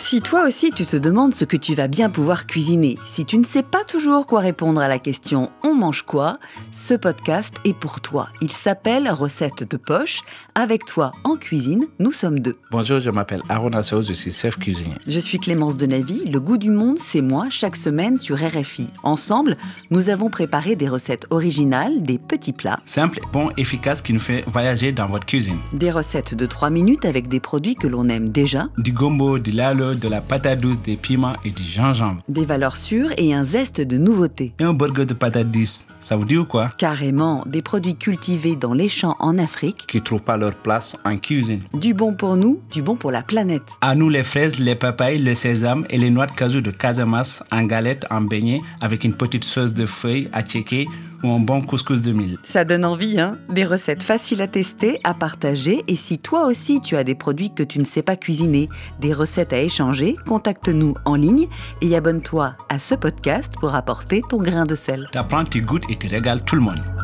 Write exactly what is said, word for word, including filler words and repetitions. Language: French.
Si toi aussi tu te demandes ce que tu vas bien pouvoir cuisiner, si tu ne sais pas toujours quoi répondre à la question « On mange quoi ?», ce podcast est pour toi. Il s'appelle « Recettes de poche ». Avec toi en cuisine, nous sommes deux. Bonjour, je m'appelle Aaron Assao, je suis chef cuisinier. Je suis Clémence Denavy, Le Goût du Monde, c'est moi, chaque semaine sur R F I. Ensemble, nous avons préparé des recettes originales, des petits plats. Simple, bon, efficace, qui nous fait voyager dans votre cuisine. Des recettes de trois minutes avec des produits que l'on aime déjà. Du gombo, du lalo, de la patate douce, des piments et du gingembre. Des valeurs sûres et un zeste de nouveauté. Et un burger de patate douce, ça vous dit ou quoi? Carrément, des produits cultivés dans les champs en Afrique. Qui ne trouvent pas leur place en cuisine. Du bon pour nous, du bon pour la planète. À nous les fraises, les papayes, le sésame et les noix de cajou de Casamance en galette, en beignet, avec une petite sauce de feuilles à checker ou un bon couscous de mil. Ça donne envie, hein? Des recettes faciles à tester, à partager. Et si toi aussi tu as des produits que tu ne sais pas cuisiner, des recettes à échanger, contacte-nous en ligne et abonne-toi à ce podcast pour apporter ton grain de sel. T'apprends, tu goûtes et tu régales tout le monde.